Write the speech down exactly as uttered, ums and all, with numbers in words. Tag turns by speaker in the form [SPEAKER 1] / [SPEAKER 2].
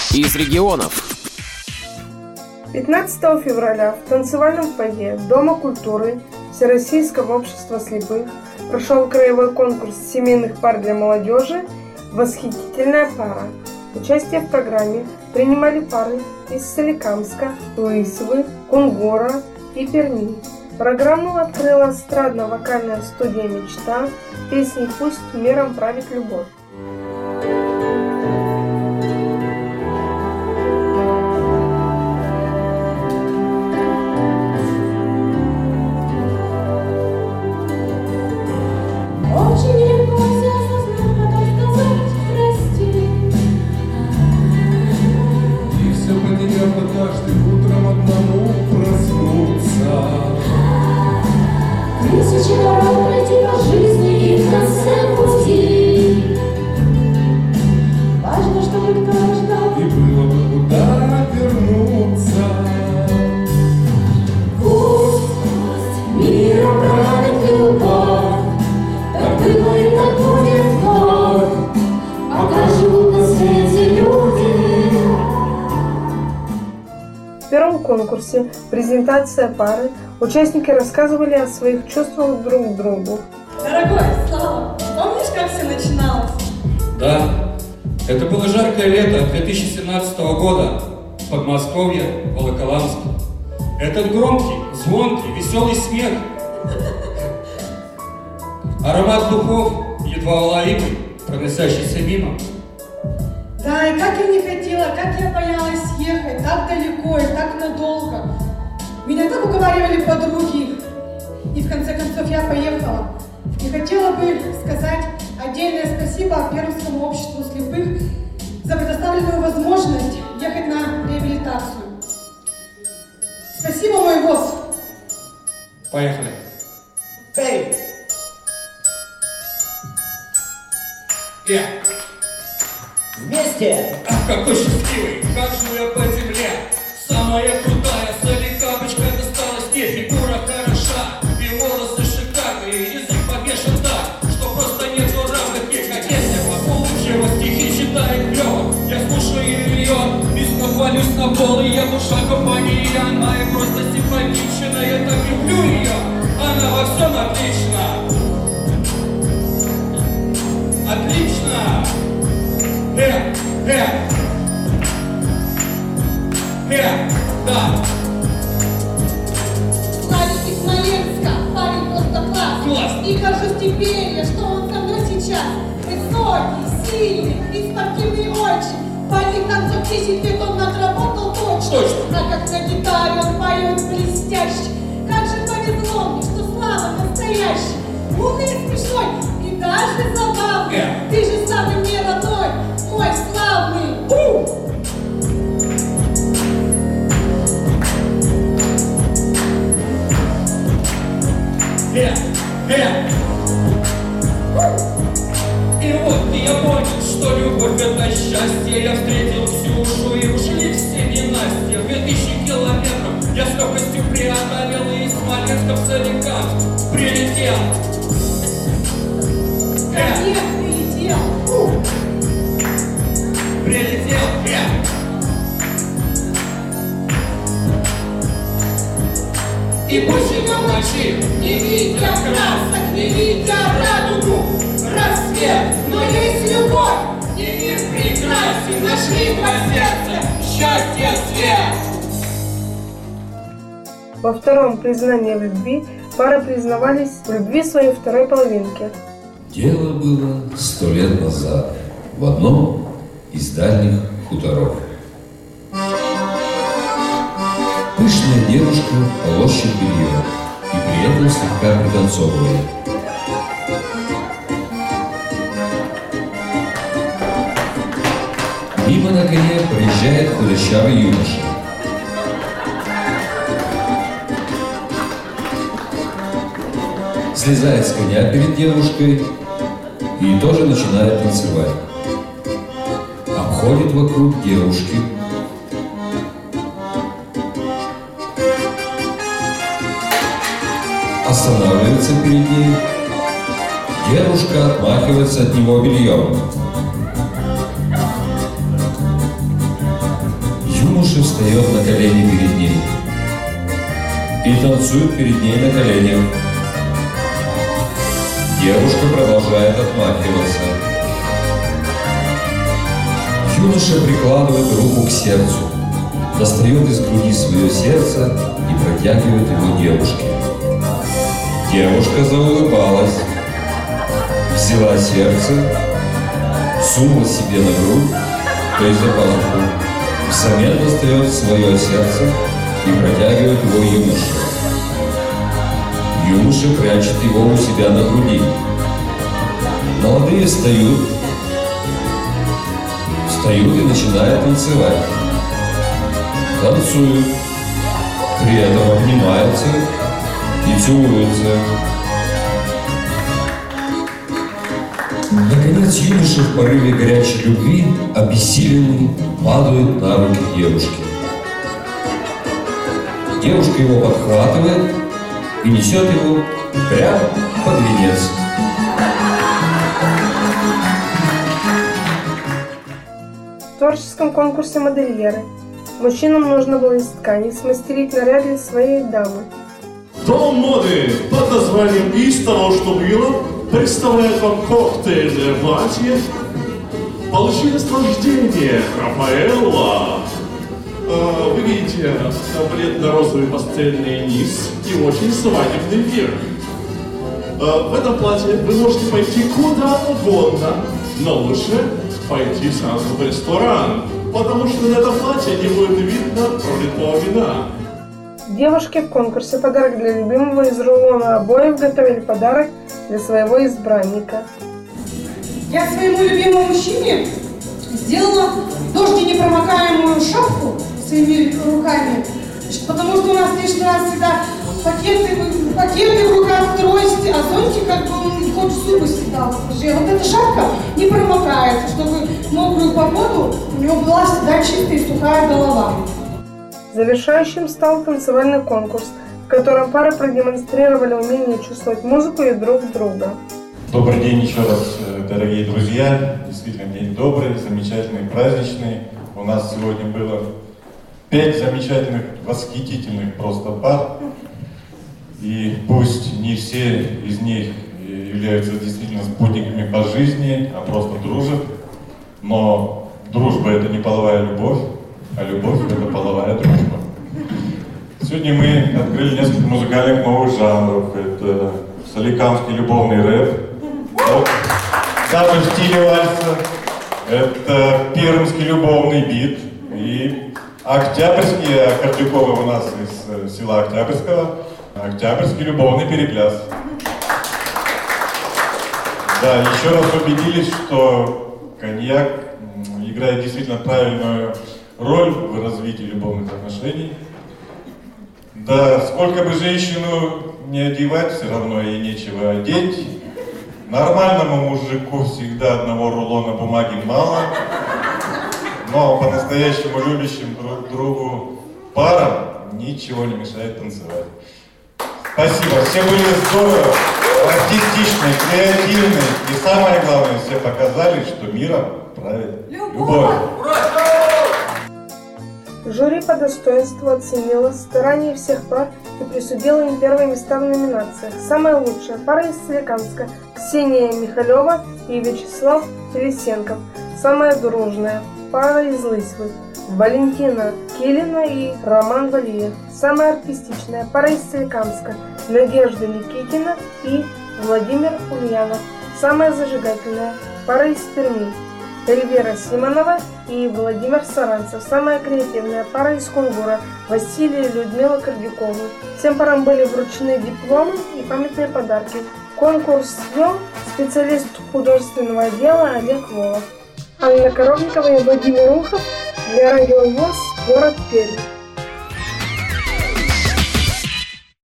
[SPEAKER 1] из регионов.
[SPEAKER 2] пятнадцатого февраля в танцевальном фойе Дома культуры Всероссийского общества слепых прошел краевой конкурс семейных пар для молодежи «Восхитительная пара». Участие в программе принимали пары из Соликамска, Лысьвы, Кунгура и Перми. Программу открыла эстрадно-вокальная студия «Мечта» песней «Пусть миром правит любовь».
[SPEAKER 3] Каждым утром одному проснуться.
[SPEAKER 4] Тысячи дорог пройти по жизни и в конце пути. Важно, чтобы кто ждал,
[SPEAKER 3] и было бы куда вернуться.
[SPEAKER 4] Пусть, пусть миром правит любовь, так было и так будет вновь, пока живут на свете люди.
[SPEAKER 2] В первом конкурсе «Презентация пары» участники рассказывали о своих чувствах друг к другу.
[SPEAKER 5] Дорогой, Слава, помнишь, как все начиналось?
[SPEAKER 6] Да, это было жаркое лето две тысячи семнадцатого года в Подмосковье, Волоколамске. Этот громкий, звонкий, веселый смех, аромат духов, едва уловимый, проносящийся мимо.
[SPEAKER 5] Да, и как я не хотела, как я боялась ехать так далеко и так надолго. Меня так уговаривали подруги. И в конце концов я поехала. И хотела бы сказать отдельное спасибо Пермскому обществу слепых за предоставленную возможность ехать на реабилитацию. Спасибо, мой босс.
[SPEAKER 6] Поехали.
[SPEAKER 7] Эй!
[SPEAKER 6] Я.
[SPEAKER 7] Вместе!
[SPEAKER 6] Ах, какой счастливый, хожу я по земле. Самая крутая соликамочка досталась мне. Фигура хороша, и волосы шикарные, язык повешен так, что просто нет равных ей. Конечно, получила стихи, читает клёво. Я слушаю ее, песню хвалюсь на пол, и я душа компании. Она и просто симпатична, я так люблю ее. Она во всем отлична. Отлично! Э, э, э, да.
[SPEAKER 5] Славик из Смоленска, парень просто класс.
[SPEAKER 6] Класс.
[SPEAKER 5] И горжусь теперь, что он со мной сейчас. Высокий, сильный и спортивный очень. Парень танцов десять лет он отработал точно.
[SPEAKER 6] Точно.
[SPEAKER 5] А как на гитаре он поет блестяще. Как же повезло мне, что Слава настоящий. Умный и смешной, и даже забавный.
[SPEAKER 6] Yeah.
[SPEAKER 5] Ты же самый мне родной, мой славный. У!
[SPEAKER 6] Э, э. И вот я понял, что любовь — это счастье. Я встретил Ксюшу, и ушли все ненастья. Две тысячи километров я с легкостью преодолел, и из Смоленска в Соликамск прилетел. Э.
[SPEAKER 5] Нет, прилетел.
[SPEAKER 6] У. Прилетел. Э. И пусть идем ночи, не видя красок, не видя радугу, рассвет, но есть любовь, и мир прекрасен, нашли два сердца, счастье, свет.
[SPEAKER 2] Во втором признании в любви пары признавались в любви своей второй половинке.
[SPEAKER 8] Дело было сто лет назад в одном из дальних хуторов. Пышная девушка полощет белье и при этом слегка пританцовывает. Мимо на коне проезжает худощавый юноша. Слезает с коня перед девушкой и тоже начинает танцевать. Обходит вокруг девушки. Останавливается перед ней. Девушка отмахивается от него бельем. Юноша встает на колени перед ней и танцует перед ней на коленях. Девушка продолжает отмахиваться. Юноша прикладывает руку к сердцу, достает из груди свое сердце и протягивает его девушке. Девушка заулыбалась, взяла сердце, сунула себе на грудь, то есть за пазуху, взамен достает свое сердце и протягивает его юноше. Юноша прячет его у себя на груди. Молодые встают, встают и начинают танцевать. Танцуют, при этом обнимаются и целуются. Наконец юноша в порыве горячей любви, обессиленный, падает на руки девушки. Девушка его подхватывает и несет его прямо под венец.
[SPEAKER 2] В творческом конкурсе модельеры мужчинам нужно было из ткани смастерить наряд для своей дамы.
[SPEAKER 1] Дом моды под названием «Из того, что было» представляет вам коктейльное платье. Получи наслаждение, Рафаэлла. А, вы видите, бледно-розовый пастельный низ и очень свадебный верх. А, в этом платье вы можете пойти куда угодно, но лучше пойти сразу в ресторан, потому что на этом платье не будет видно пролитого вина.
[SPEAKER 2] Девушки в конкурсе «Подарок для любимого» из рулона обоев готовили подарок для своего избранника.
[SPEAKER 5] Я своему любимому мужчине сделала дожденепромокаемую шапку своими руками, потому что у нас лишний раз всегда пакеты, пакеты в руках, трости, а зонтик как бы он хоть в зубы съедал. Скажи, вот эта шапка не промокается, чтобы в мокрую погоду у него была всегда чистая и сухая голова.
[SPEAKER 2] Завершающим стал танцевальный конкурс, в котором пары продемонстрировали умение чувствовать музыку и друг друга.
[SPEAKER 9] Добрый день еще раз, дорогие друзья. Действительно, день добрый, замечательный, праздничный. У нас сегодня было пять замечательных, восхитительных просто пар. И пусть не все из них являются действительно спутниками по жизни, а просто дружат, но дружба — это не половая любовь, а любовь — это половая дружба. Сегодня мы открыли несколько музыкальных новых жанров. Это соликамский любовный рэп, даже в стиле вальса. Это пермский любовный бит и октябрьский, а Кордюкова у нас из села Октябрьского, октябрьский любовный перепляс. Да, еще раз убедились, что коньяк играет действительно правильную роль в развитии любовных отношений. Да, сколько бы женщину не одевать, все равно ей нечего одеть. Нормальному мужику всегда одного рулона бумаги мало, но по-настоящему любящим друг другу парам ничего не мешает танцевать. Спасибо, все были здорово, артистичные, креативные и самое главное, все показали, что миром правит любовь.
[SPEAKER 2] Жюри по достоинству оценило старания всех пар и присудило им первые места в номинациях. Самая лучшая пара из Соликамска – Ксения Михалева и Вячеслав Телесенков. Самая дружная пара из Лысьвы – Валентина Килина и Роман Валиев. Самая артистичная пара из Соликамска – Надежда Никитина и Владимир Ульянов. Самая зажигательная пара из Перми – Эльвира Симонова и Владимир Саранцев. Самая креативная пара из Кунгура – Василий и Людмила Кордюковы. Всем парам были вручены дипломы и памятные подарки. Конкурс вел специалист художественного отдела Олег Волов. Анна Коровникова и Владимир Ухов для Радио ВОС, город Пермь.